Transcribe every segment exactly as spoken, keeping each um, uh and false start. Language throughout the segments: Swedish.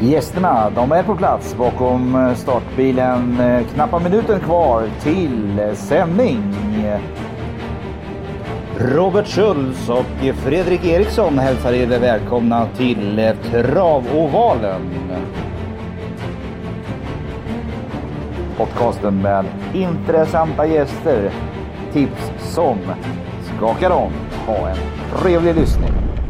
Gästerna, de är på plats bakom startbilen. Knappa minuten kvar till sändning. Robert Schultz och Fredrik Eriksson hälsar er välkomna till Travovalen. Podcasten med intressanta gäster. Tips som skakar om. Ha en trevlig lyssning.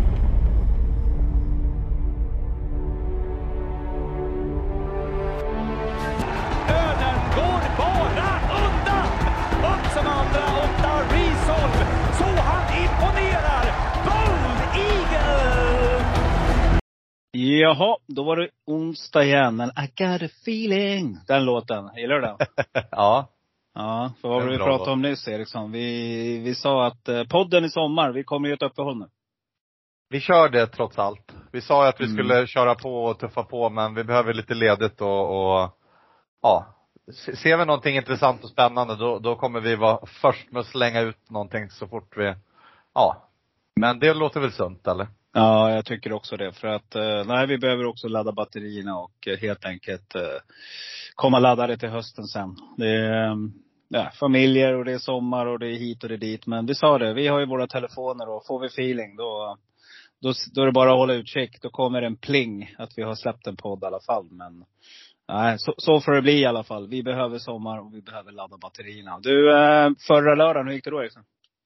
Jaha, då var det onsdag igen. I got a feeling. Den låten, gillar du den? Ja. Ja, för vad vi pratade om nyss, Eriksson. Vi, vi sa att eh, podden i sommar, vi kommer ju ett uppehåll nu. Vi kör det trots allt. Vi sa att vi Mm. skulle köra på och tuffa på, men vi behöver lite ledigt och, och ja. Ser vi någonting intressant och spännande, då, då kommer vi vara först med att slänga ut någonting så fort vi, ja. Men det låter väl sunt, eller? Ja, jag tycker också det. För att, eh, nej, vi behöver också ladda batterierna och eh, helt enkelt eh, komma laddade till hösten sen. Det är eh, ja, familjer och det är sommar och det är hit och det är dit. Men vi sa det, vi har ju våra telefoner och får vi feeling då, då, då är det bara att hålla utkik. Då kommer en pling att vi har släppt en podd i alla fall. Men nej, så, så får det bli i alla fall. Vi behöver sommar och vi behöver ladda batterierna. Du, eh, förra lördagen, hur gick det då, Eriksson?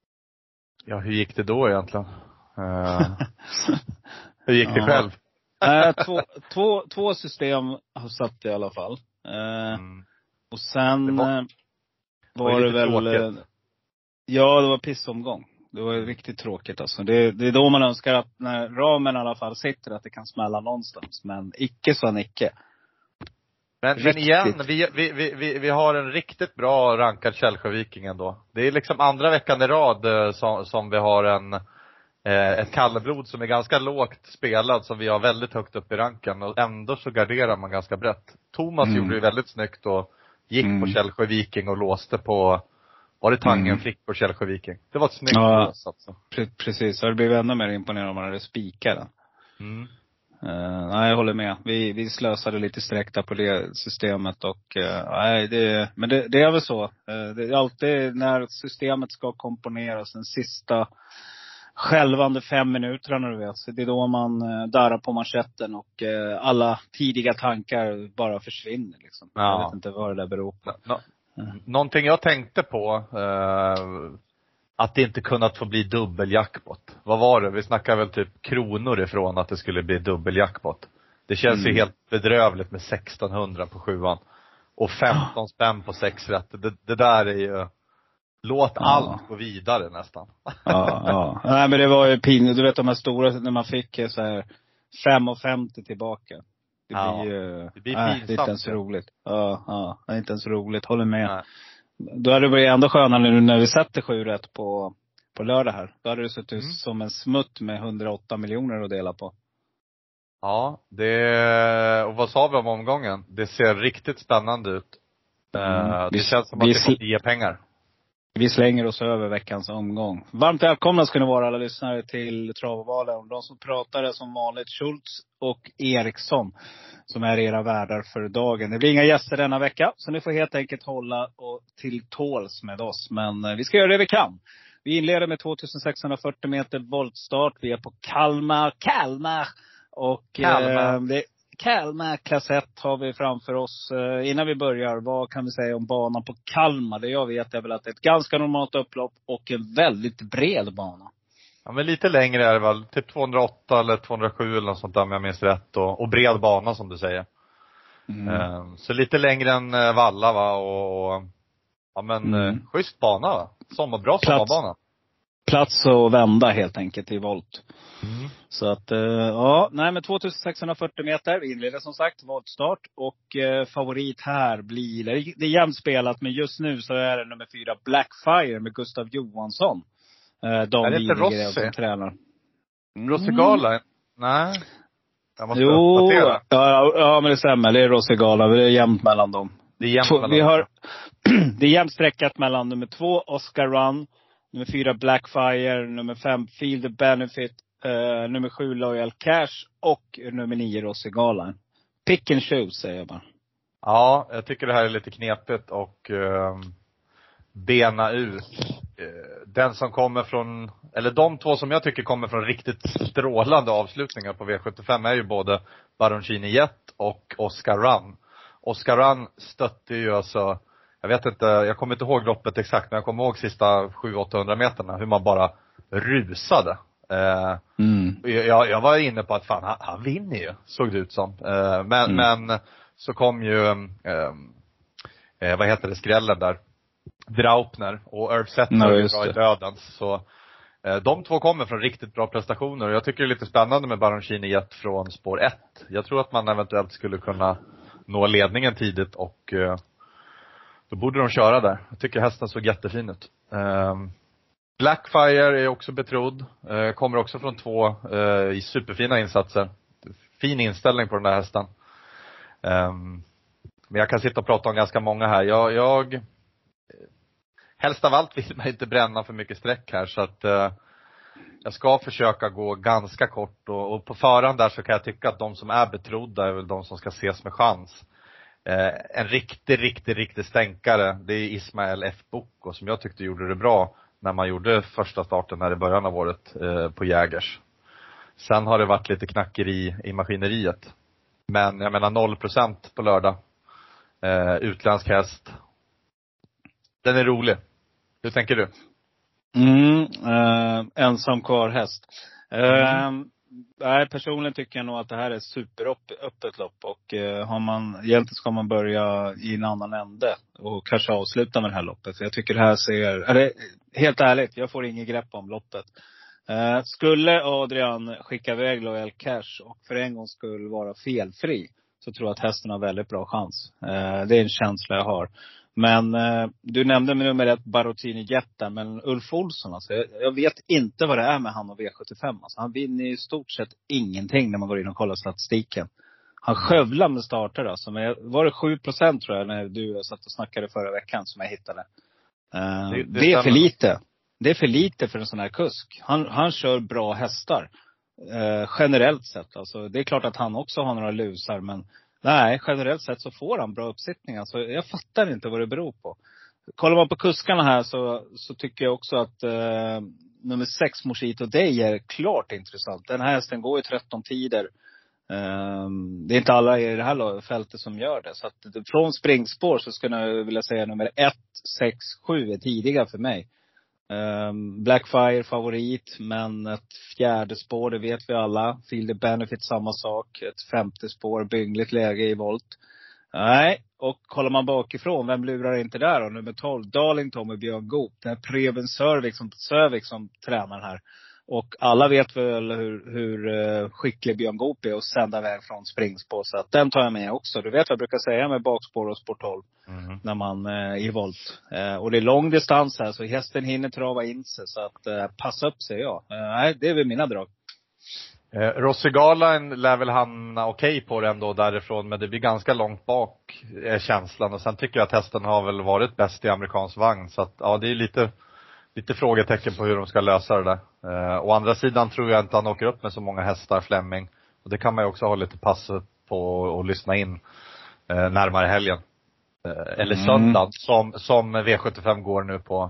Ja, hur gick det då egentligen? Uh, hur gick det ja. själv? äh, två, två, två system har satt i alla fall. Äh, mm. Och sen det var, var det, det väl tråkigt. Ja, det var pissomgång. Det var riktigt tråkigt alltså. Det, det är då man önskar att när ramen i alla fall sitter, att det kan smälla någonstans. Men icke så icke. Men, men igen, vi, vi, vi, vi har en riktigt bra rankad Källsjöviking ändå. Det är liksom andra veckan i rad som, som vi har en eh, ett Kalleblod som är ganska lågt spelad, som vi har väldigt högt upp i ranken. Och ändå så garderar man ganska brett. Thomas mm. gjorde det väldigt snyggt och gick mm. på Källsjöviking och låste på, var det Tangen mm. Frick på Källsjöviking. Det var ett snyggt ja, lås alltså. Precis, så det blev ännu mer imponerande om man hade spikat. Mm. Uh, nej, jag håller med. Vi, vi slösade lite sträckta på det systemet och uh, nej, det, men det, det är väl så. Uh, det är alltid när systemet ska komponeras den sista skälvande fem minuterna, du vet. Så det är då man uh, darrar på manschetten och uh, alla tidiga tankar bara försvinner liksom. Ja. Jag vet inte vad det där beror på. Nå, uh. Någonting jag tänkte på uh, att det inte kunnat få bli dubbeljackpot. Vad var det? Vi snackar väl typ kronor ifrån att det skulle bli dubbeljackpot. Det känns mm. ju helt bedrövligt med sextonhundra på sjuan. Och femton spänn på sex rätt. Det, det där är ju, låt ja. allt gå vidare nästan. Ja, ja. Nej, men det var ju pinligt. Du vet de här stora, när man fick så här fem femtio tillbaka. Det ja. blir ju, det blir äh, pinsamt. Det är inte ens roligt. Ja, ja. Det är inte ens roligt. Håller med. Nej. Då hade det varit ändå skönare nu när vi sätter sju rätt på, på lördag här. Då hade det sett ut mm. som en smutt med hundraåtta miljoner att dela på. Ja, det, och vad sa vi om omgången? Det ser riktigt spännande ut. Mm. Det vi, känns som att det kommer ge pengar. Vi slänger oss över veckans omgång. Varmt välkomna ska ni vara alla lyssnare till Travovalen. De som pratar är som vanligt Schultz och Eriksson, som är era värdar för dagen. Det blir inga gäster denna vecka, så ni får helt enkelt hålla och till tåls med oss. Men vi ska göra det vi kan. Vi inleder med tjugosexhundrafyrtio meter voltstart. Vi är på Kalmar. Kalmar! Och Kalmar. Eh, det, Kalmar klass ett har vi framför oss. Eh, innan vi börjar, vad kan vi säga om banan på Kalmar? Det jag vet är väl att det är ett ganska normalt upplopp och en väldigt bred bana. Ja, men lite längre är det väl. Typ tvåhundraåtta eller tvåhundrasju eller något sånt där, om jag minns rätt. Och, och bred bana som du säger. Mm. Eh, så lite längre än eh, Valla va. Och, och ja men mm. eh, schysst bana va. Sommarbra sommarbana. Plats att vända helt enkelt i volt. Mm. Så att, uh, ja, nej men tjugosexhundrafyrtio meter. Vi inleder som sagt voltstart. Och uh, favorit här blir, det är jämnt spelat, men just nu så är det nummer fyra Blackfire med Gustav Johansson. Uh, Dan är det inte Rossi? Som tränar. Mm. Rossi Gala? Nej. Jag måste jo, ja, ja, ja, men det stämmer. Det är Rossi Gala. Det är jämnt mellan dem. Det är jämnt Två, mellan vi dem. har, det är jämnt sträckat mellan nummer två Oscar Run, nummer fyra Blackfire, nummer fem Feel the Benefit, Uh, nummer sju Loyal Cash och nummer nio Rossi Gala. pick and choose, säger jag bara. Ja, jag tycker det här är lite knepigt och eh, bena ut. Eh, den som kommer från, eller de två som jag tycker kommer från riktigt strålande avslutningar på V sjuttiofem är ju både Baroncini Jet och Oscar Run. Oscar Run stötte ju alltså, jag vet inte, jag kommer inte ihåg loppet exakt, men jag kommer ihåg sista sju till åttahundra meterna hur man bara rusade. Eh, mm. jag, jag var inne på att fan, han, han vinner ju, såg det ut som. Eh, men, mm. men så kom ju eh, eh, vad heter det, skrällen där, Draupner och Irv Setter no, bra i dödens. Så eh, de två kommer från riktigt bra prestationer. Och jag tycker det är lite spännande med Baroncini Jet från spår ett. Jag tror att man eventuellt skulle kunna nå ledningen tidigt och eh, då borde de köra där. Jag tycker hästen såg jättefin ut. Eh, Blackfire är också betrodd. Eh, kommer också från två eh, i superfina insatser. Fin inställning på den där hästen. Eh, men jag kan sitta och prata om ganska många här. Jag, jag helst av allt vill man inte bränna för mycket streck här. Så att eh, jag ska försöka gå ganska kort. Och, och på förhand där så kan jag tycka att de som är betrodda är väl de som ska ses med chans. Eh, en riktig, riktig, riktig stänkare, det är Ismael F. Boko som jag tyckte gjorde det bra när man gjorde första starten här i början av året eh, på Jägers. Sen har det varit lite knackeri i maskineriet. Men jag menar noll procent på lördag. Eh, utländsk häst. Den är rolig. Hur tänker du? Mm, eh, ensam kvar häst. Eh, mm. Nej, personligen tycker jag nog att det här är superöppet lopp. Och eh, har man, egentligen ska man börja i en annan ände. Och kanske avsluta med det här loppet. För jag tycker det här ser, eller, helt ärligt, jag får ingen grepp om loppet. Eh, skulle Adrian skicka iväg Loyal Cash och för en gång skulle vara felfri, så tror jag att hästen har väldigt bra chans. Eh, det är en känsla jag har. Men eh, du nämnde med nummer ett Baroncini Jet, men Ulf Olsson, alltså, jag, jag vet inte vad det är med han och V sjuttiofem. Alltså, han vinner i stort sett ingenting när man går in och kollar statistiken. Han skövlar med starter. Alltså, men var det sju procent tror jag när du satt och snackade förra veckan som jag hittade. Eh, det, det, det är för lite. Det är för lite för en sån här kusk. Han, han kör bra hästar. Eh, generellt sett. Alltså, det är klart att han också har några lusar, men nej, generellt sett så får han bra uppsittning. Alltså, jag fattar inte vad det beror på. Kollar man på kuskarna här så, så tycker jag också att eh, nummer sex Moschito Day är klart intressant. Den här hästen går i tretton tider. Eh, det är inte alla i det här fältet som gör det. Så att från springspår så skulle jag vilja säga nummer ett, sex, sju är tidiga för mig. Um, Blackfire favorit, men ett fjärde spår, det vet vi alla. Field of Benefit, samma sak. Ett femte spår, byngligt läge i volt. Nej, och kollar man bakifrån, vem lurar inte där då? Nummer tolv, Darlington med Björn Goop. Det är Preben Sörvik som, Sörvik som tränar här. Och alla vet väl hur, hur uh, skicklig Björn Goop är att sända iväg från springspår. Så att den tar jag med också. Du vet vad jag brukar säga med bakspår och spår tolv. Mm. När man är uh, i volt. Uh, och det är lång distans här, så hästen hinner trava in sig. Så att uh, passa upp sig, ja. Uh, nej, det är väl mina drag. Eh, Rossigalan lär väl hamna okej okay på det ändå därifrån. Men det blir ganska långt bak är känslan. Och sen tycker jag att hästen har väl varit bäst i amerikansk vagn. Så att ja, det är lite... Lite frågetecken på hur de ska lösa det där. Eh, å andra sidan tror jag inte han åker upp med så många hästar, Fleming. Och det kan man ju också ha lite pass på och lyssna in eh, närmare helgen. Eh, eller mm. söndagen som, som V sjuttiofem går nu på.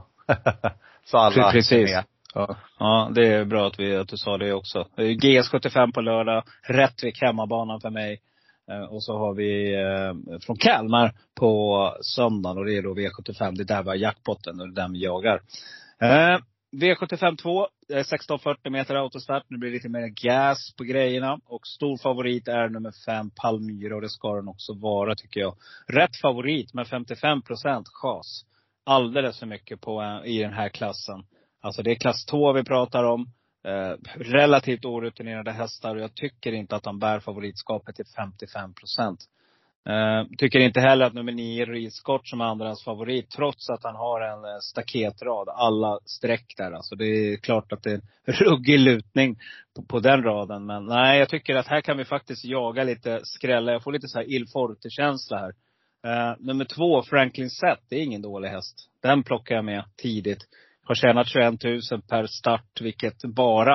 Så alla precis. Är med. Ja. Ja, det är bra att, vi, att du sa det också. G S sjuttiofem på lördag. Rättvik hemmabanan för mig. Eh, och så har vi eh, från Kalmar på söndagen. Och det är då V sjuttiofem. Det där var jackpotten och det där vi jagar. Eh, V sjuttiofem två, sexton fyrtio meter autostart. Nu blir det lite mer gas på grejerna. Och stor favorit är nummer fem Palmyra. Och det ska den också vara, tycker jag. Rätt favorit med femtiofem procent chans. Alldeles för mycket på, i den här klassen. Alltså det är klass två vi pratar om. Eh, relativt orutinerade hästar. Och jag tycker inte att han bär favoritskapet till femtiofem procent. Uh, tycker inte heller att nummer nio Riskort som är andrans favorit, trots att han har en uh, staketrad, alla streck där. Alltså det är klart att det är en ruggig lutning på, på den raden. Men nej, jag tycker att här kan vi faktiskt jaga lite skrälla. Jag får lite så här Il Forte-känsla här. Uh, nummer två Franklin Set, det är ingen dålig häst. Den plockar jag med tidigt. Har tjänat tjugoett tusen per start, vilket bara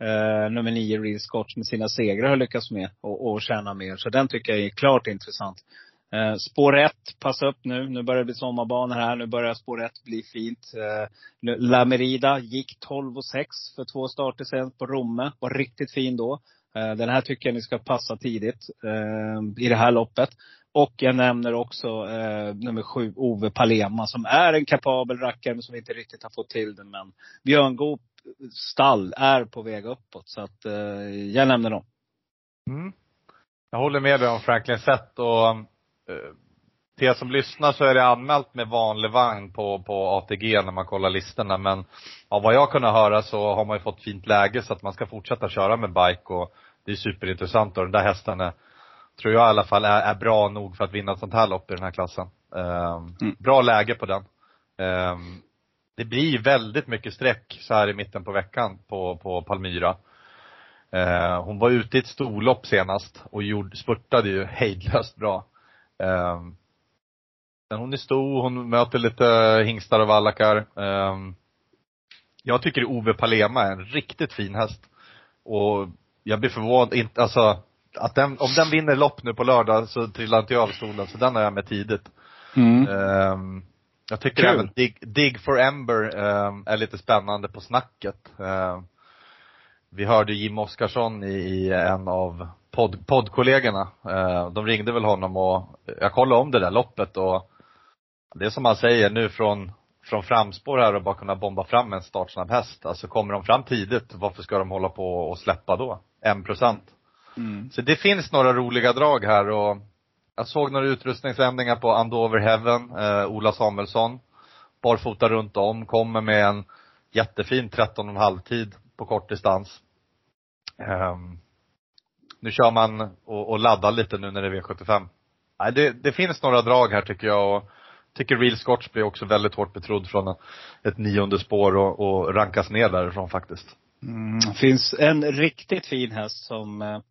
Uh, nummer nio Real Scotch med sina segrar har lyckats med och, och tjäna mer. Så den tycker jag är klart intressant. Uh, spår ett, passa upp nu. Nu börjar det bli sommarbanor här. Nu börjar spår ett bli fint. Uh, La Merida gick tolv och sex för två starter sen på Romme. Var riktigt fin då. Uh, den här tycker jag ni ska passa tidigt uh, i det här loppet. Och jag nämner också uh, nummer sju Ove Palema, som är en kapabel rackare men som inte riktigt har fått till det. Men Björn Goop stall är på väg uppåt. Så att uh, jag nämner dem. Mm. Jag håller med dig om Franklin Sett. Och uh, till er som lyssnar så är det anmält med vanlig vagn på, på A T G när man kollar listorna. Men av vad jag kunde höra så har man ju fått fint läge så att man ska fortsätta köra med bike. Och det är superintressant. Och den där hästen är, tror jag i alla fall är, är bra nog för att vinna ett sånt här lopp i den här klassen. Um, mm. Bra läge på den. Um, Det blir väldigt mycket sträck så här i mitten på veckan på, på Palmyra. Eh, hon var ute i ett storlopp senast och gjorde, spurtade ju hejdlöst bra. Eh, men hon är stor, hon möter lite hingstar och vallakar. Eh, jag tycker Ove Palema är en riktigt fin häst. Och jag blir förvånad, inte, alltså, att den, om den vinner lopp nu på lördag så trillar inte jag av stolen. Så den har jag med tidigt. Mm. Eh, Jag tycker Kul. även Dig, Dig for Ember eh, är lite spännande på snacket. Eh, vi hörde Jim Oskarsson i, i en av podd, poddkollegorna. Eh, de ringde väl honom och jag kollade om det där loppet. Och det är som man säger nu från, från framspår här och bara kunna bomba fram en startsnabb häst. Alltså kommer de fram tidigt, varför ska de hålla på och släppa då? En procent. Mm. Så det finns några roliga drag här och jag såg några utrustningsändringar på Andover Heaven. Eh, Ola Samuelsson. Barfota runt om. Kommer med en jättefin tretton och en halv tid på kort distans. Eh, nu kör man och, och laddar lite nu när det är V sjuttiofem. Nej, det, det finns några drag här tycker jag. Och tycker Real Scotch blir också väldigt hårt betrodd från ett nionde spår och, och rankas ner därifrån faktiskt. Mm, det finns en riktigt fin häst som Eh...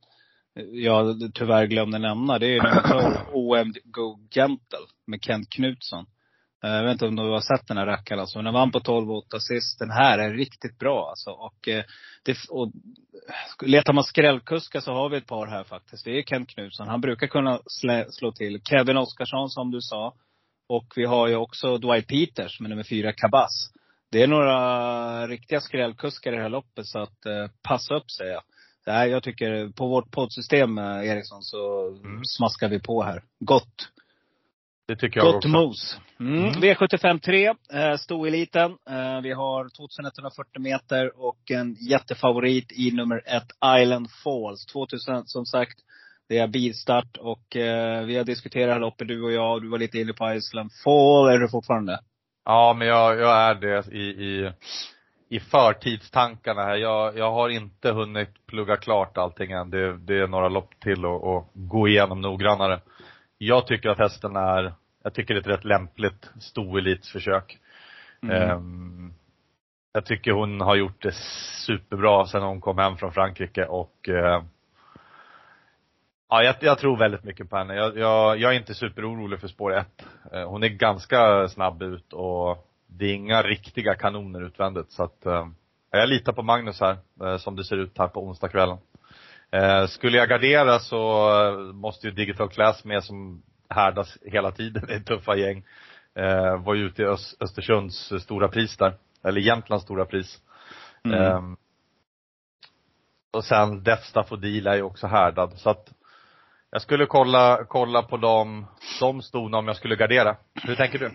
jag tyvärr glömde nämna. Det är ju nummer O M Go Gentle med Kent Knutsson. Jag vet inte om du har sett den här rackaren. Alltså, den vann på tolv åtta sist. Den här är riktigt bra. Alltså. Och, det, och letar man skrällkuskar så har vi ett par här faktiskt. Det är Kent Knutsson. Han brukar kunna slä, slå till. Kevin Oskarsson som du sa. Och vi har ju också Dwight Peters med nummer fyra Kabas. Det är några riktiga skrällkuskar i det här loppet. Så att eh, passa upp säger jag. Nej, jag tycker på vårt poddsystem, Eriksson, så mm. smaskar vi på här. Gott. Det tycker jag Gott också. mos. Mm. Mm. V sjuttiofem tre, eh, stoeliten. Eh, vi har tjugoetthundrafyrtio meter och en jättefavorit i nummer ett, Island Falls. tvåtusen som sagt, det är bilstart och eh, vi har diskuterat här uppe, du och jag. Och du var lite inne på Island Falls. Är du fortfarande? Ja, men jag, jag är det i... i... i förtidstankarna här. Jag, jag har inte hunnit plugga klart allting än. Det, det är några lopp till och, och gå igenom noggrannare. Jag tycker att hästen är, jag tycker det är ett rätt lämpligt stoelitsförsök. Mm. Um, jag tycker hon har gjort det superbra sedan hon kom hem från Frankrike och uh, ja, jag, jag tror väldigt mycket på henne. Jag, jag, jag är inte superorolig för spår ett. Uh, hon är ganska snabb ut och det är inga riktiga kanoner utvändigt. Så att eh, jag litar på Magnus här. Eh, som det ser ut här på onsdagskvällen. Eh, skulle jag gardera så eh, måste ju Digital Class med som härdas hela tiden. I tuffa gäng. Eh, var ju ute i Ös- Östersunds stora pris där. Eller Jämtlands stora pris. Mm. Eh, och sen Death Staffodil är ju också härdad. Så att jag skulle kolla, kolla på de, de stona om jag skulle gardera. Hur tänker du?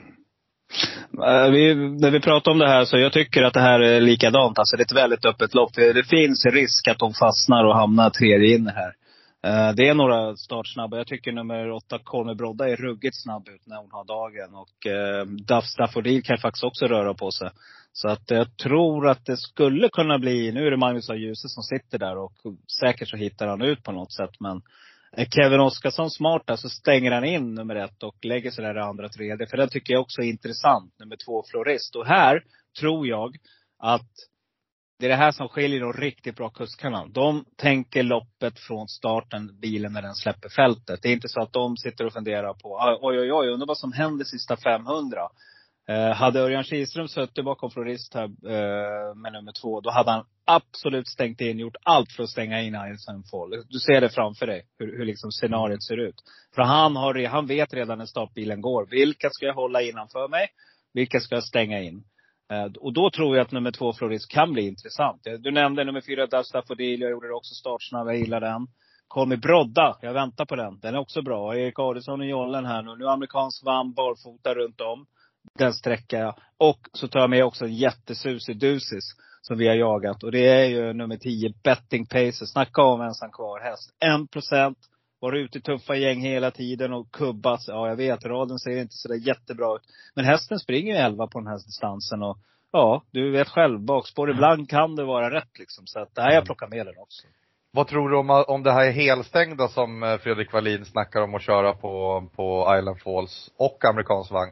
Vi, när vi pratar om det här så jag tycker att det här är likadant. Alltså det är ett väldigt öppet lopp. Det finns en risk att de fastnar och hamnar tredje inne här. Det är några startsnabba. Jag tycker nummer åtta Conny Brodda är ruggigt snabb ut när hon har dagen. Och eh, Duff Staffordil kan faktiskt också röra på sig. Så att jag tror att det skulle kunna bli, nu är det Magnus A. Djuse som sitter där och säkert så hittar han ut på något sätt. Men Kevin Oskarsson smart där, så stänger han in nummer ett och lägger sig där i andra tredje. För den tycker jag också är intressant. Nummer två Florist. Och här tror jag att det är det här som skiljer de riktigt bra kuskarna. De tänker loppet från starten, bilen när den släpper fältet. Det är inte så att de sitter och funderar på oj oj oj, undrar vad som händer sista femhundra. Eh, hade Örjan Kihlström suttit bakom florist här eh, med nummer två, då hade han absolut stängt in, gjort allt för att stänga in Isle Fall. Du ser det framför dig, hur, hur liksom scenariot ser ut. För han, har, han vet redan när startbilen går. Vilka ska jag hålla innanför mig? Vilka ska jag stänga in? Eh, och då tror jag att nummer två florist kan bli intressant. Du nämnde nummer fyra, Dastaffodil. Jag gjorde det också startsnabb, jag gillar den. Kom i Brodda, jag väntar på den. Den är också bra. Erik Adielsson och Jollen här nu. Nu amerikansk vann, barfota runt om. Den sträcker jag. Och så tar jag med också en jättesusig Dusis som vi har jagat. Och det är ju nummer tio, Betting Pacer. Snacka om ensam kvar häst. En procent. Var ute i tuffa gäng hela tiden och kubbas. Ja, jag vet, raden ser inte så där jättebra ut. Men hästen springer ju elva på den här distansen. Och ja, du vet själv, bakspår ibland kan det vara rätt liksom. Så att det här jag plockar med den också. Vad tror du om, om det här är helstängda som Fredrik Wallin snackar om att köra på, på Island Falls och amerikansk vagn?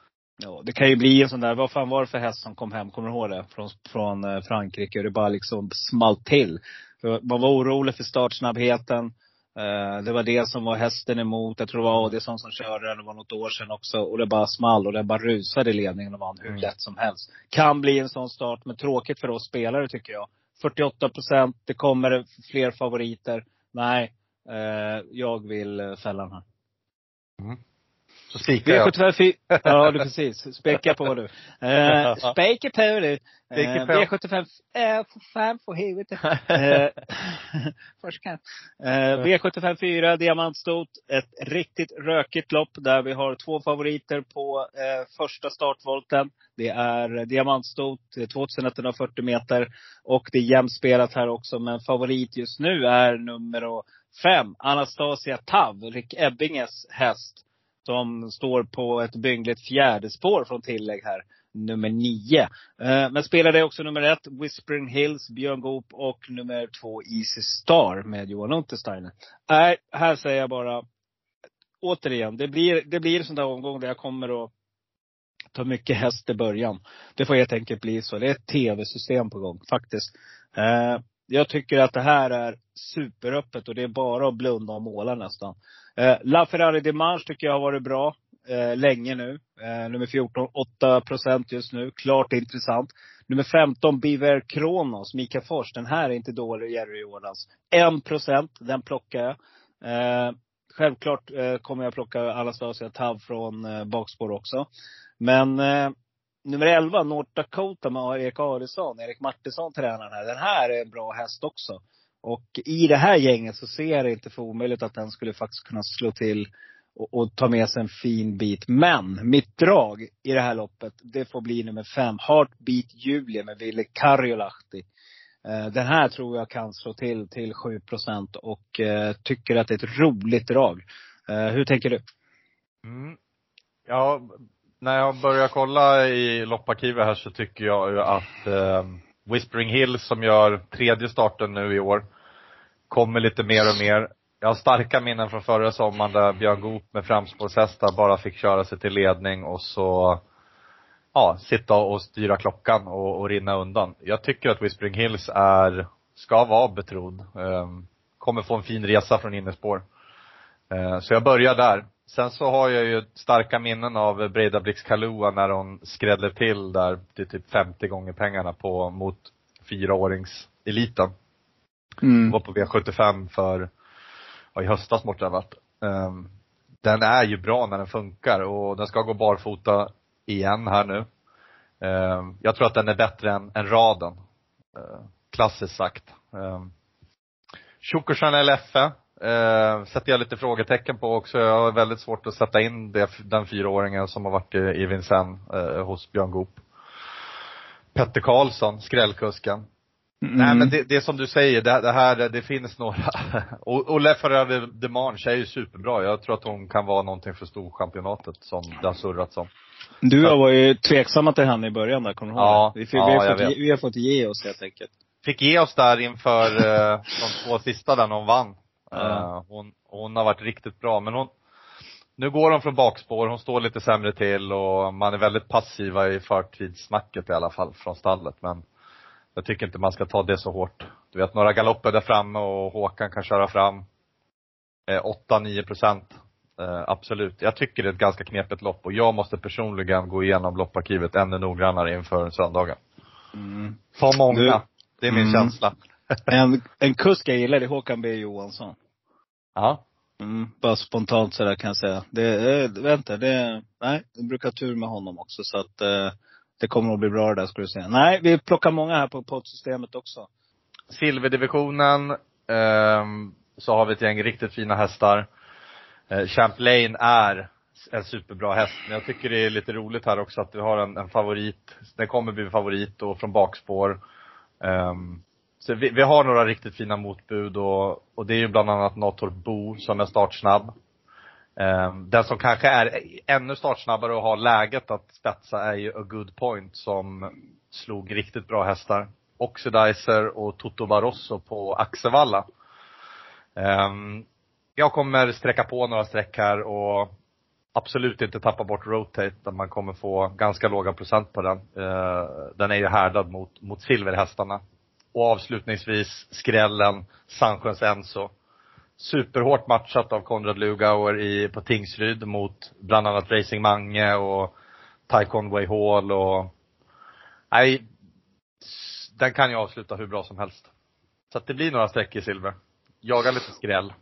Ja, det kan ju bli en sån där, vad fan var det för häst som kom hem, kommer du ihåg det? Från, från Frankrike, och det bara liksom smalt till. Man var orolig för startsnabbheten. Det var det som var hästen emot. Jag tror det var Adielsson som körde den, det var något år sedan också. Och det bara small och det bara rusade i ledningen och vann hur lätt som helst. Kan bli en sån start, men tråkigt för oss spelare tycker jag. fyrtioåtta procent, det kommer fler favoriter. Nej, eh, jag vill fälla den här. Mm. Så spikar jag. V sjuttiofem fyra, ja, du precis. Speka på du. Eh, speka på du. Eh, V sjuttiofem eh, fan för huvudet. Eh, först kan. Eh, V sjuttiofem fyra, diamantstot. Ett riktigt rökigt lopp där vi har två favoriter på eh, första startvolten. Det är diamantstot, tjugoett fyrtio meter. Och det är jämspelat här också. Men favorit just nu är nummer fem, Anastasia Tav, Rick Ebbinges häst. Som står på ett byngligt fjärde spår från tillägg här. Nummer nio. Eh, men spelar det också nummer ett, Whispering Hills, Björn Goop. Och nummer två, Easy Star med Johan Untersteiner. Nej, äh, här säger jag bara. Återigen, det blir, det blir en sån där omgång där jag kommer att ta mycket häst i början. Det får helt enkelt bli så. Det är ett tv-system på gång faktiskt. Eh, Jag tycker att det här är superöppet och det är bara att blunda och måla nästan. Eh, La Ferrari Dimanche tycker jag har varit bra eh, länge nu. Eh, nummer fjorton, åtta procent just nu. Klart intressant. Nummer femton, Biver Kronos, Mika Fors. Den här är inte dålig, Jerry Jordans. en procent, den plockar jag. Eh, självklart eh, kommer jag plocka Anastasia Tav från eh, bakspår också. Men... Eh, nummer elva, North Dakota med Erik Adielsson. Erik Martinsson tränaren här. Den här är en bra häst också. Och i det här gänget så ser jag det inte för omöjligt att den skulle faktiskt kunna slå till och, och ta med sig en fin bit. Men mitt drag i det här loppet, det får bli nummer fem, Heartbeat Julie med Ville Karjolahti. Den här tror jag kan slå till till sju procent och eh, tycker att det är ett roligt drag. Eh, hur tänker du? Mm. Ja, när jag börjar kolla i lopparkivet här så tycker jag ju att eh, Whispering Hills som gör tredje starten nu i år kommer lite mer och mer. Jag har starka minnen från förra sommaren där Björn Goop med framspårshästar bara fick köra sig till ledning och så ja, sitta och styra klockan och, och rinna undan. Jag tycker att Whispering Hills är, ska vara betrodd. Eh, kommer få en fin resa från innespår. Eh, så jag börjar där. Sen så har jag ju starka minnen av Breda Blix Kalua när hon skrädde till där till typ femtio gånger pengarna på mot fyraårings-eliten. Mm. Var på V sjuttiofem för ja, i höstas måste det ha varit. Um, den är ju bra när den funkar och den ska gå barfota igen här nu. Um, jag tror att den är bättre än, än raden. Uh, klassiskt sagt. Um, Choco Chanel F E. Uh, sätter jag lite frågetecken på också. Jag har väldigt svårt att sätta in det, den fyraåringen som har varit i, i Vincennes uh, hos Björn Goop. Petter Karlsson, skrällkusken. Mm. Nej men det, det är som du säger, det, det här, det finns några. och, och Le Ferrari Dimanche är ju superbra. Jag tror att hon kan vara någonting för storchampionatet som det har surrat som. Du har varit tveksamma till henne i början där, kommer du ihåg? Ja, vi, fick, ja, vi, har fått, vet. vi har fått ge oss helt enkelt. Fick ge oss där inför uh, de två sista där när hon vann. Uh, hon, hon har varit riktigt bra. Men hon, nu går hon från bakspår. Hon står lite sämre till. Och man är väldigt passiva i förtidssnacket i alla fall från stallet. Men jag tycker inte man ska ta det så hårt. Du vet, några galopper där framme och Håkan kan köra fram. Eh, åtta till nio procent. Uh, absolut. Jag tycker det är ett ganska knepigt lopp. Och jag måste personligen gå igenom lopparkivet ännu noggrannare inför söndagen. Mm. För många. Du, det är min mm. känsla. en, en kusk jag gillar är Håkan B. Johansson. Ja. Mm, bara spontant så där kan jag säga. Det, eh, vänta, det, nej, jag brukar ha tur med honom också. Så att eh, det kommer att bli bra där, skulle jag säga. Nej, vi plockar många här på poddsystemet också. Silverdivisionen. Eh, så har vi ett gäng riktigt fina hästar. Eh, Champlain är en superbra häst. Men jag tycker det är lite roligt här också att vi har en, en favorit. Den kommer bli favorit och från bakspår. Um, så vi, vi har några riktigt fina motbud. Och, och det är ju bland annat Northrop Bo som är startsnabb. Um, den som kanske är ännu startsnabbare och har läget att spetsa är ju A Good Point som slog riktigt bra hästar. Oxidizer och Toto Barroso på Axevalla. Um, jag kommer sträcka på några streck här och absolut inte tappa bort Rotate, där man kommer få ganska låga procent på den. Uh, den är ju härdad mot, mot silverhästarna. Och avslutningsvis skrällen Sanchens Enzo. Superhårt matchat av Konrad Lugauer i, på Tingsryd mot bland annat Racing Mange och Ty Conway Hall. Och, nej, den kan ju avsluta hur bra som helst. Så att det blir några streck i silver. Jaga lite skräll.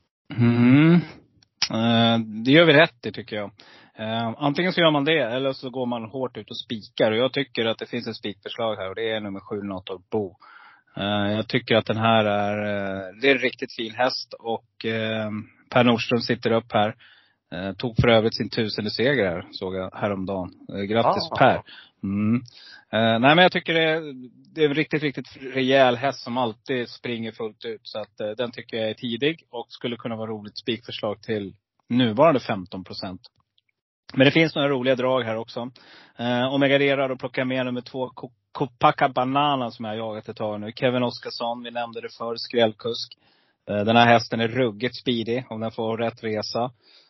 Mm. Uh, det gör vi rätt i, tycker jag. Uh, antingen så gör man det eller så går man hårt ut och spikar. Och jag tycker att det finns ett spikförslag här. Och det är nummer sju Northrop Bo. Uh, jag tycker att den här är, uh, det är en riktigt fin häst. Och uh, Per Nordström sitter upp här. Uh, tog för övrigt sin tusende seger här, såg jag häromdagen. Uh, grattis ah. Per. Mm. Uh, nej men jag tycker det är, det är en riktigt, riktigt rejäl häst som alltid springer fullt ut. Så att uh, den tycker jag är tidig och skulle kunna vara roligt spikförslag till nuvarande femton procent. Men det finns några roliga drag här också. Uh, om jag garderar och plockar med nummer två, Kopaka Banana som jag har jagat ett tag nu. Kevin Oskarsson, vi nämnde det för, skrällkusk. Uh, den här hästen är ruggigt speedig om den får rätt resa.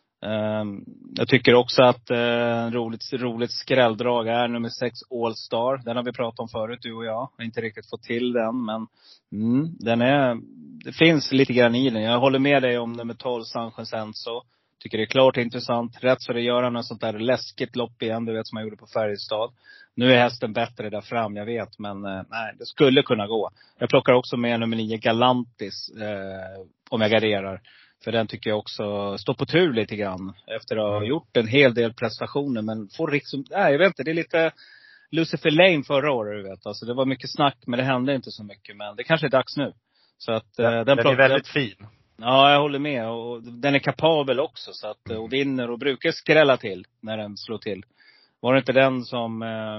Um, jag tycker också att uh, roligt, roligt skrälldrag är nummer sex All Star. Den har vi pratat om förut, du och jag. Jag har inte riktigt fått till den, men mm, den är, det finns lite grann i den. Jag håller med dig om nummer tolv Sanchens Enzo. Tycker det är klart intressant. Rätt så det gör han en sånt där läskigt lopp igen, du vet, som jag gjorde på Färjestad. Nu är hästen bättre där fram, jag vet, men uh, nej, det skulle kunna gå. Jag plockar också med nummer nio Galantis uh, om jag garderar. För den tycker jag också står på tur lite grann. Efter att ha gjort en hel del prestationer. Men får liksom, nej jag vet inte, det är lite Lucifer Lane förra året, du vet. Alltså det var mycket snack, men det hände inte så mycket. Men det kanske är dags nu. Så att, ja, den, den är väldigt fin. Ja, jag håller med. Och den är kapabel också. Så att, och vinner och brukar skrälla till när den slår till. Var det inte den som, eh,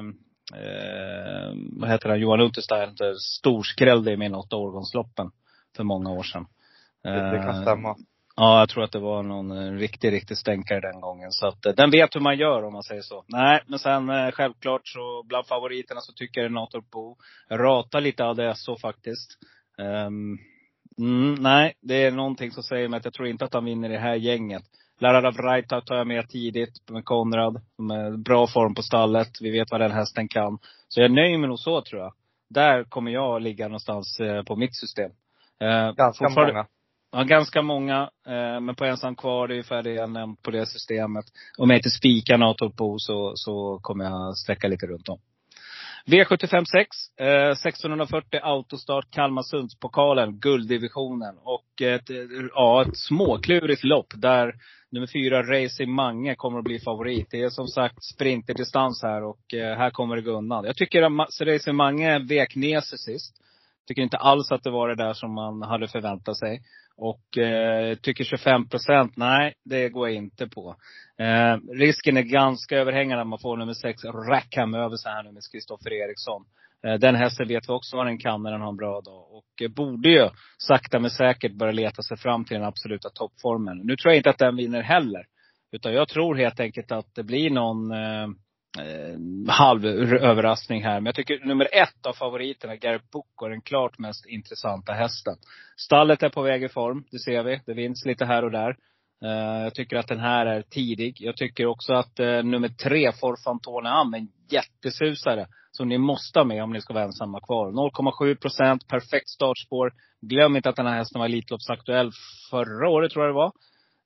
eh, vad heter den, Johan Unterstein, storskrällde i min åtta årgångsloppen för många år sedan. Det, det kan stämma. Ja, jag tror att det var någon riktig, riktig stänkare den gången. Så att den vet hur man gör, om man säger så. Nej, men sen självklart så bland favoriterna så tycker jag det är Northrop Bo. Jag ratar lite av det så faktiskt. Um, mm, nej, det är någonting som säger mig att jag tror inte att han vinner det här gänget. Lärare av Raita tar jag med tidigt med Konrad. Med bra form på stallet. Vi vet vad den hästen kan. Så jag nöjer mig nog så, tror jag. Där kommer jag ligga någonstans på mitt system. Uh, Ganska många. Ja, ganska många. Eh, men på ensam kvar, det är ungefär det jag nämnt på det systemet. Om jag inte spikar Northrop Bo så, så kommer jag sträcka lite runt om. V sjuttiofem sex, eh, sextonhundrafyrtio autostart, Kalmarsundspokalen, gulddivisionen. Och ett, ja, ett småklurigt lopp där nummer fyra Racing Mange kommer att bli favorit. Det är som sagt sprinterdistans här och eh, här kommer det gå undan. Jag tycker att Racing Mange vek ner sig sist. Tycker inte alls att det var det där som man hade förväntat sig. Och eh, tycker tjugofem procent, nej, det går jag inte på. Eh, risken är ganska överhängande att man får nummer sex Rackham över sig här nu med Kristoffer Eriksson. Eh, den hästen vet vi också vad den kan när den har en bra dag. Och eh, borde ju sakta men säkert börja leta sig fram till den absoluta toppformen. Nu tror jag inte att den vinner heller. Utan jag tror helt enkelt att det blir någon eh, eh, halv överraskning här. Men jag tycker nummer ett av favoriterna, Gareth Booker, den klart mest intressanta hästen. Stallet är på väg i form, det ser vi. Det vinns lite här och där. Uh, jag tycker att den här är tidig. Jag tycker också att uh, nummer tre, Forfantone Am, en jättesusare som ni måste ha med om ni ska vara ensamma kvar. noll komma sju procent, perfekt startspår. Glöm inte att den här hästen var Elitloppsaktuell förra året, tror jag det var.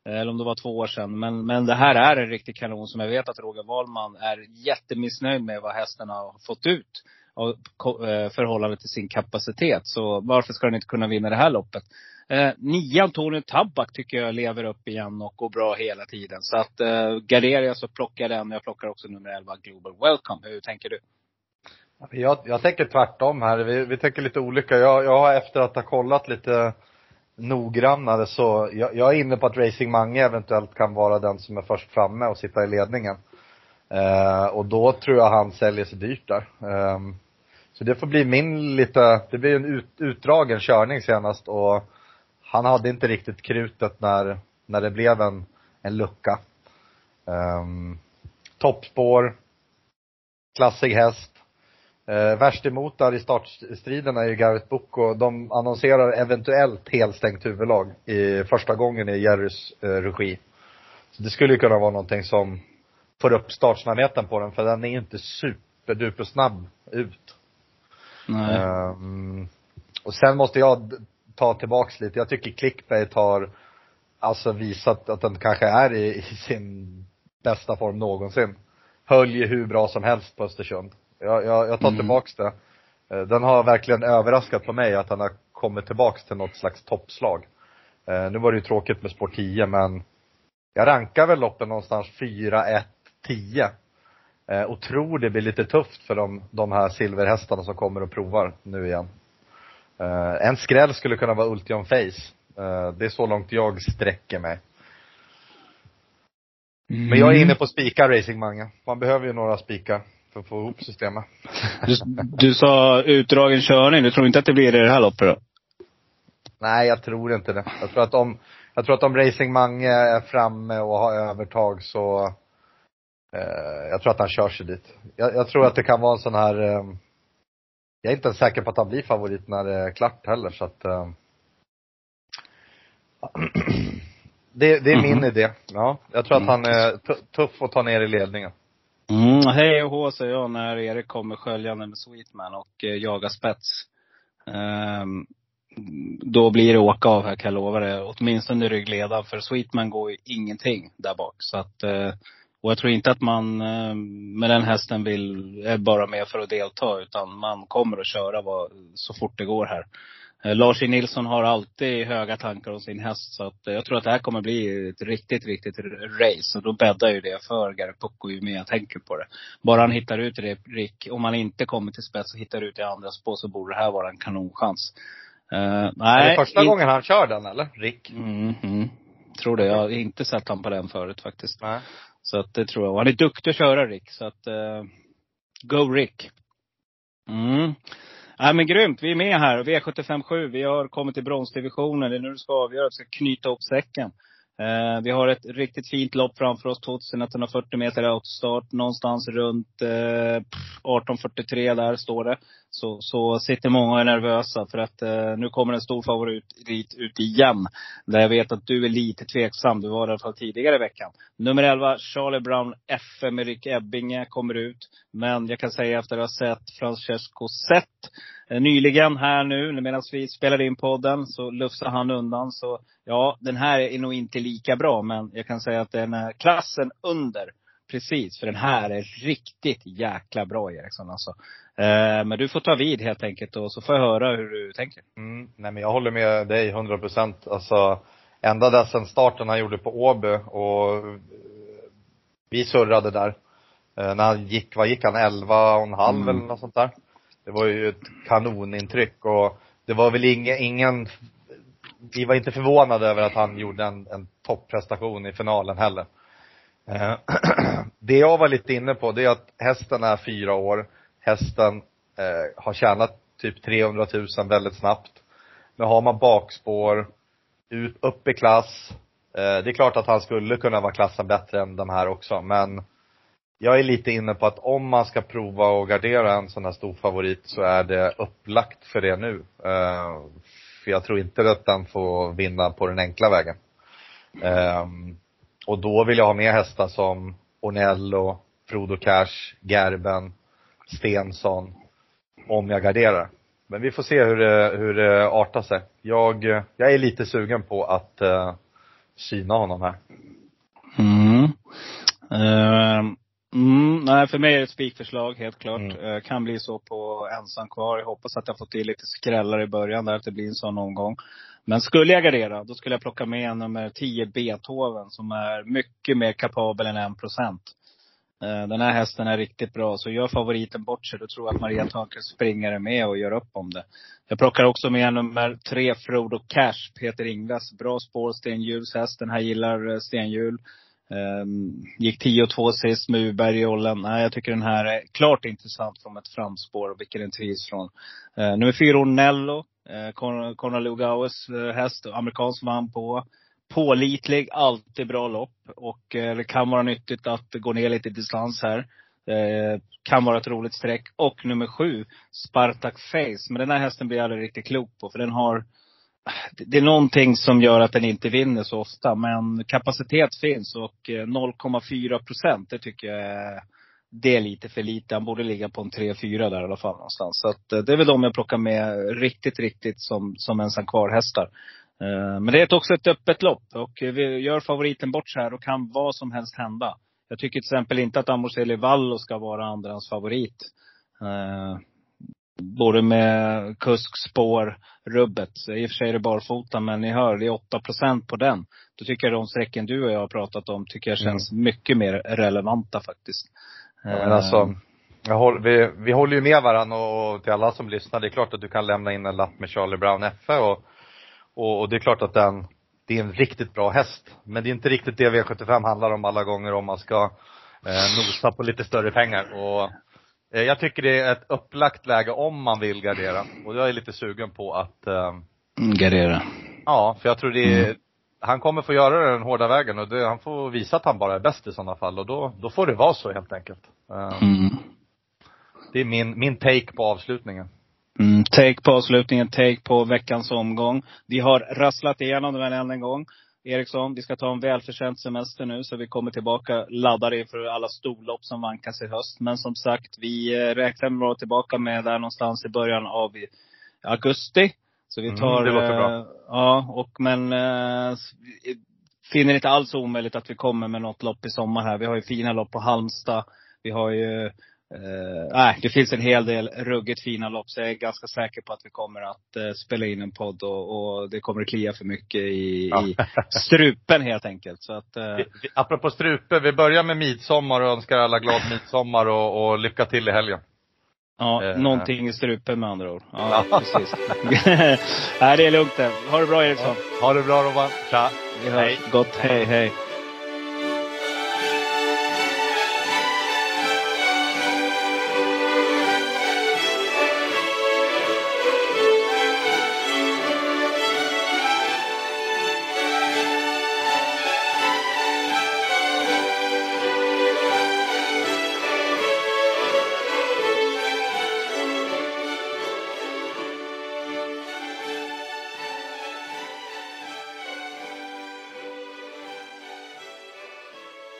Eller om det var två år sedan. Men, men det här är en riktig kanon som jag vet att Roger Wahlman är jättemissnöjd med vad hästarna har fått ut. Och förhållande till sin kapacitet. Så varför ska den inte kunna vinna det här loppet? Eh, nio Antonio Tabak tycker jag lever upp igen och går bra hela tiden. Så att eh, garderar jag så plockar den. Jag plockar också nummer elva Global Welcome. Hur tänker du? Jag, jag tänker tvärtom här. Vi, vi tänker lite olika. Jag, jag har efter att ha kollat lite noggrannare så jag, jag är inne på att Racing Mange eventuellt kan vara den som är först framme och sitta i ledningen. Eh, och då tror jag han säljer sig dyrt där. Eh, så det får bli min lite, det blir en ut, utdragen körning senast och han hade inte riktigt krutet när, när det blev en, en lucka. Eh, toppspår, klassig häst. Eh, värst emot där i startstriden är ju Gareth Book och de annonserar eventuellt helstängt huvudlag i första gången i Jerrys eh, regi. Så det skulle ju kunna vara någonting som får upp startsnabbheten på den för den är inte superduper snabb ut. Nej. Um, och sen måste jag ta tillbaks lite. Jag tycker Clickbait har alltså visat att den kanske är i, i sin bästa form någonsin. Höll ju hur bra som helst på Östersund. Jag, jag, jag tar Mm. tillbaks det. Den har verkligen överraskat på mig att han har kommit tillbaks till något slags toppslag. Uh, nu var det ju tråkigt med sport tio men jag rankar väl loppen någonstans fyra, ett, tio. Uh, och tror det blir lite tufft för de, de här silverhästarna som kommer och provar nu igen. Uh, en skräll skulle kunna vara Ultion Face. Uh, det är så långt jag sträcker mig. Mm. Men jag är inne på spikar Racing Mange. Man behöver ju några spikar för att få ihop systemet. Du, du sa utdragen körning. Du tror inte att det blir det här loppet då? Nej, jag tror inte det. Jag tror att om, jag tror att om Racing Mange är framme och har övertag så eh, jag tror att han kör sig dit. Jag, jag tror att det kan vara en sån här eh, jag är inte säker på att han blir favorit när det är klart heller så att eh, det, det är min mm-hmm. idé. Ja, jag tror att han är t- tuff att ta ner i ledningen. Mm, hej och hå säger jag när Erik kommer sköljande med Sweetman och eh, jagar spets. Um, då blir det åka av här kan jag lova det. Åtminstone ryggledaren för Sweetman går ju ingenting där bak. Så att, eh, och jag tror inte att man eh, med den hästen vill är bara med för att delta. Utan man kommer att köra vad, så fort det går här. Eh, Lars E. Nilsson har alltid höga tankar om sin häst. Så att, eh, jag tror att det här kommer bli ett riktigt, riktigt race. Och då bäddar ju det för Gareth Pucko ju med jag tänker på det. Bara han hittar ut det, Rick. Om man inte kommer till spets och hittar ut det andra spår så borde det här vara en kanonchans. Uh, nej, är det första in... gången han kör den eller? Rick? Mm, mm. Tror det. Jag har inte sett han på den förut faktiskt. Nej. Så att det tror jag. Och han är duktig att köra Rick. Så att, uh, go Rick. Mm. Nej men grymt. Vi är med här. V sjuttiofem sju. Vi har kommit till bronsdivisionen. Det är nu det ska avgöra. Vi ska knyta upp säcken. Eh, vi har ett riktigt fint lopp framför oss. tjugoett fyrtio meter autostart. Någonstans runt eh, arton fyrtiotre där står det. Så, så sitter många och är nervösa. För att eh, nu kommer en stor favorit ut, ut igen. Där jag vet att du är lite tveksam. Du var i alla fall tidigare i veckan. Nummer elva, Charlie Brown F M Erik Ebbinge kommer ut. Men jag kan säga efter att ha sett Francesco Zet eh, nyligen här nu. Medan vi spelade in podden så lufsade han undan. Så ja, den här är nog inte lika bra. Men jag kan säga att den är klassen under. Precis, för den här är riktigt jäkla bra Eriksson alltså. Eh, men du får ta vid helt enkelt och så får jag höra hur du tänker. Mm, nej men jag håller med dig hundra procent. Alltså, ända där sen starten han gjorde på Åby och vi surrade där. Eh, när han gick, vad gick han? elva och en halv mm. eller något sånt där. Det var ju ett kanonintryck och det var väl ingen, ingen vi var inte förvånade över att han gjorde en, en topprestation i finalen heller. Det jag var lite inne på det är att hästen är fyra år. Hästen eh, har tjänat typ trehundratusen väldigt snabbt. Men har man bakspår ut, upp i klass. Eh, det är klart att han skulle kunna vara klassen bättre än de här också. Men jag är lite inne på att om man ska prova och gardera en sån här stor favorit så är det upplagt för det nu. Eh, för jag tror inte att den får vinna på den enkla vägen. Eh, Och då vill jag ha med hästar som Ornello, Frodo Cash, Gerben, Stensson. Om jag garderar. Men vi får se hur det, hur det artar sig. Jag, jag är lite sugen på att uh, Kina honom här. Mm. Uh, mm, nej, för mig är det ett spikförslag, helt klart. Mm. Uh, kan bli så på ensam kvar. Jag hoppas att jag får till lite skrällar i början där, att det blir en sån omgång. Men skulle jag gardera, då skulle jag plocka med nummer tio Beethoven, som är mycket mer kapabel än en procent. Uh, den här hästen är riktigt bra. Så gör favoriten bort sig, då tror jag att Maria Törnqvist springer med och gör upp om det. Jag plockar också med nummer tre Frodo Cash, Peter Ingves. Bra spår, Stenhjuls häst. Den här gillar Stenhjul. Um, gick tio och två sist med Uberg i Ollen. Nej, jag tycker den här är klart intressant från ett framspår, vilken den trivs från. Uh, nummer fyra Ornello, uh, Con- Conor Lugauers uh, häst, amerikansk vann på. Pålitlig, alltid bra lopp. Och uh, det kan vara nyttigt att gå ner lite i distans här. Uh, kan vara ett roligt streck. Och nummer sju Spartak Face. Men den här hästen blir jag aldrig riktigt klok på, för den har, det är någonting som gör att den inte vinner så ofta. Men kapacitet finns, och noll komma fyra procent, det tycker jag är, det är lite för lite. Han borde ligga på en tre fyra där i alla fall någonstans. Så att det är väl de jag plockar med riktigt, riktigt som, som ensam kvar hästar. Men det är också ett öppet lopp. Och vi gör favoriten bort så här, och kan vad som helst hända. Jag tycker till exempel inte att Amorcelli Vallo ska vara andrans favorit. Både med kusk, spår, rubbet. I och för sig är det barfota, men ni hör, det är åtta procent på den. Då tycker jag de sträcken du och jag har pratat om, tycker jag känns mm. mycket mer relevanta faktiskt. Ja, men alltså, jag håller, vi, vi håller ju med varandra, och till alla som lyssnar, det är klart att du kan lämna in en lapp med Charlie Brown F F, och, och, och det är klart att den, det är en riktigt bra häst. Men det är inte riktigt det V sjuttiofem handlar om alla gånger, om man ska eh, nosa på lite större pengar. Och jag tycker det är ett upplagt läge om man vill gardera. Och jag är lite sugen på att eh, gardera. Ja, för jag tror det är, mm. han kommer få göra den hårda vägen. Och det, han får visa att han bara är bäst i sådana fall. Och då, då får det vara så helt enkelt. eh, mm. Det är min, min take på avslutningen. Mm, take på avslutningen, take på veckans omgång. Vi har rasslat igenom den än en gång. Eriksson, vi ska ta en välförtjänt semester nu, så vi kommer tillbaka laddade inför alla storlopp som vankas i höst. Men som sagt, vi räknar med att vara tillbaka med där någonstans i början av augusti. Så vi tar, mm, det låter bra. Ja, och men äh, finner det inte alls omöjligt att vi kommer med något lopp i sommar här. Vi har ju fina lopp på Halmstad. Vi har ju Uh, nej, det finns en hel del ruggigt fina lopp. Så jag är ganska säker på att vi kommer att uh, spela in en podd. Och, och det kommer att klia för mycket i, ja. i strupen helt enkelt. Så att, uh, vi, vi, apropå strupen, vi börjar med midsommar och önskar alla glad midsommar. Och, och lycka till i helgen. Ja, uh, någonting i strupen med andra ord. Ja, precis. Nej, det är lugnt det. Ha det bra, Eriksson. Ja, ha det bra, Robban. Tja. Hej. Gott, hej, hej.